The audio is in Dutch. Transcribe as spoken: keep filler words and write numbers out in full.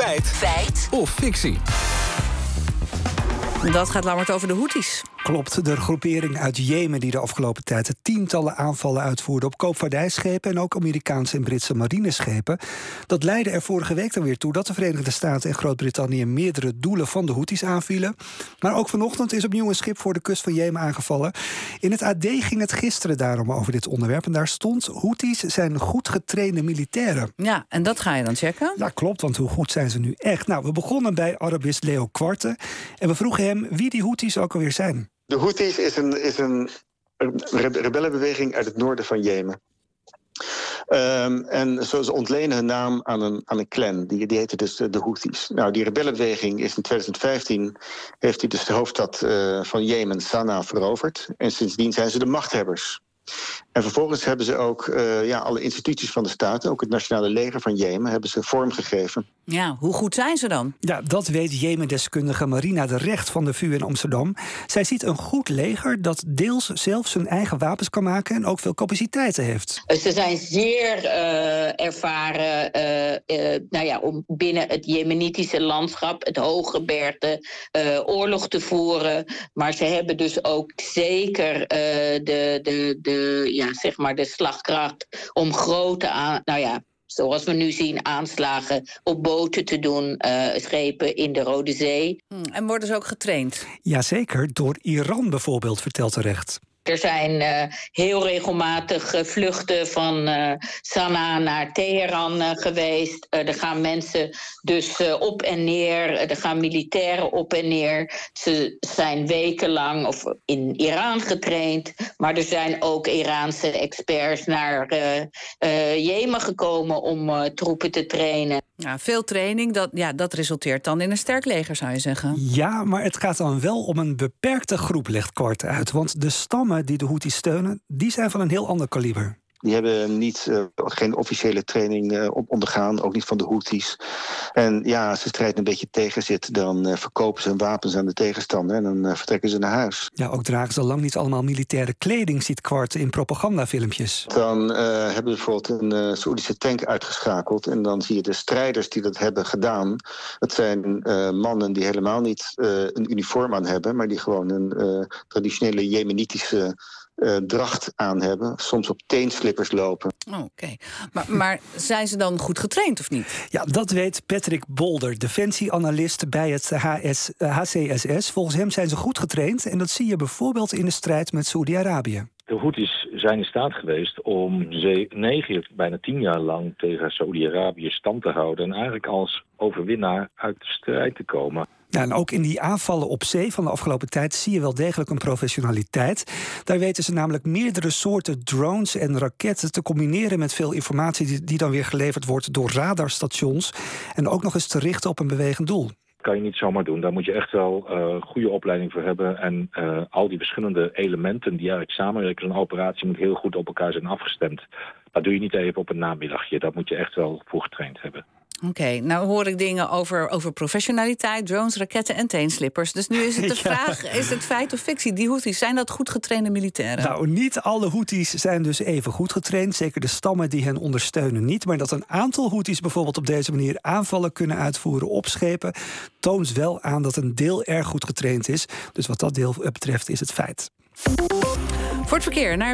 Feit. Feit. Of fictie. Dat gaat Lammert over de Houthis. Klopt, de groepering uit Jemen die de afgelopen tijd tientallen aanvallen uitvoerde op koopvaardijschepen en ook Amerikaanse en Britse marineschepen. Dat leidde er vorige week dan weer toe dat de Verenigde Staten en Groot-Brittannië meerdere doelen van de Houthis aanvielen. Maar ook vanochtend is opnieuw een schip voor de kust van Jemen aangevallen. In het A D ging het gisteren daarom over dit onderwerp en daar stond: Houthis zijn goed getrainde militairen. Ja, en dat ga je dan checken? Ja, klopt, want hoe goed zijn ze nu echt? Nou, we begonnen bij Arabist Leo Quarte en we vroegen hem wie die Houthis ook alweer zijn. De Houthis is een, is een rebellenbeweging uit het noorden van Jemen. Um, en zo, ze ontlenen hun naam aan een, aan een clan, die, die heette dus de, de Houthis. Nou, die rebellenbeweging is in twintig vijftien, heeft hij dus de hoofdstad uh, van Jemen, Sanaa, veroverd. En sindsdien zijn ze de machthebbers. En vervolgens hebben ze ook uh, ja, alle instituties van de staat, ook het nationale leger van Jemen, hebben ze vormgegeven. Ja, hoe goed zijn ze dan? Ja, dat weet Jemen-deskundige Marina de Recht van de V U in Amsterdam. Zij ziet een goed leger dat deels zelf zijn eigen wapens kan maken en ook veel capaciteiten heeft. Ze zijn zeer uh, ervaren uh, uh, nou ja, om binnen het Jemenitische landschap, het hooggebergte, uh, oorlog te voeren. Maar ze hebben dus ook zeker uh, de, de, de, ja, zeg maar de slagkracht om grote aan, nou ja, zoals we nu zien, aanslagen op boten te doen, uh, schepen in de Rode Zee. En worden ze ook getraind? Jazeker, door Iran bijvoorbeeld, vertelt de Recht. Er zijn uh, heel regelmatig uh, vluchten van uh, Sanaa naar Teheran uh, geweest. Uh, er gaan mensen dus uh, op en neer. Uh, er gaan militairen op en neer. Ze zijn wekenlang of in Iran getraind. Maar er zijn ook Iraanse experts naar uh, uh, Jemen gekomen om uh, troepen te trainen. Ja, veel training, dat, ja, dat resulteert dan in een sterk leger, zou je zeggen. Ja, maar het gaat dan wel om een beperkte groep, legt Quarte uit. Want de stammen die de Houthis steunen, die zijn van een heel ander kaliber. Die hebben niet, uh, geen officiële training uh, ondergaan, ook niet van de Houthis. En ja, als de strijd een beetje tegenzit, dan uh, verkopen ze hun wapens aan de tegenstander en dan uh, vertrekken ze naar huis. Ja, ook dragen ze lang niet allemaal militaire kleding, ziet Quarte in propagandafilmpjes. Dan uh, hebben we bijvoorbeeld een uh, Saoedische tank uitgeschakeld en dan zie je de strijders die dat hebben gedaan. Dat zijn uh, mannen die helemaal niet uh, een uniform aan hebben, maar die gewoon een uh, traditionele Jemenitische Uh, dracht aan hebben, soms op teenslippers lopen. Oh, Oké, okay. maar, maar zijn ze dan goed getraind of niet? Ja, dat weet Patrick Bolder, defensieanalist bij het H S, H C S S. Volgens hem zijn ze goed getraind en dat zie je bijvoorbeeld in de strijd met Saoedi-Arabië. De Houthis zijn in staat geweest om negen, bijna tien jaar lang tegen Saoedi-Arabië stand te houden en eigenlijk als overwinnaar uit de strijd te komen. Ja, en ook in die aanvallen op zee van de afgelopen tijd zie je wel degelijk een professionaliteit. Daar weten ze namelijk meerdere soorten drones en raketten te combineren met veel informatie die, die dan weer geleverd wordt door radarstations en ook nog eens te richten op een bewegend doel. Dat kan je niet zomaar doen. Daar moet je echt wel uh, goede opleiding voor hebben. En uh, al die verschillende elementen die eigenlijk samenwerken, een operatie moet heel goed op elkaar zijn afgestemd. Dat doe je niet even op een namiddagje. Dat moet je echt wel voor getraind hebben. Oké, okay, nou hoor ik dingen over, over professionaliteit, drones, raketten en teenslippers. Dus nu is het de ja. vraag, is het feit of fictie? Die Houthis, zijn dat goed getrainde militairen? Nou, niet alle Houthis zijn dus even goed getraind. Zeker de stammen die hen ondersteunen niet. Maar dat een aantal Houthis bijvoorbeeld op deze manier aanvallen kunnen uitvoeren op schepen, toont wel aan dat een deel erg goed getraind is. Dus wat dat deel betreft is het feit. Voor het verkeer naar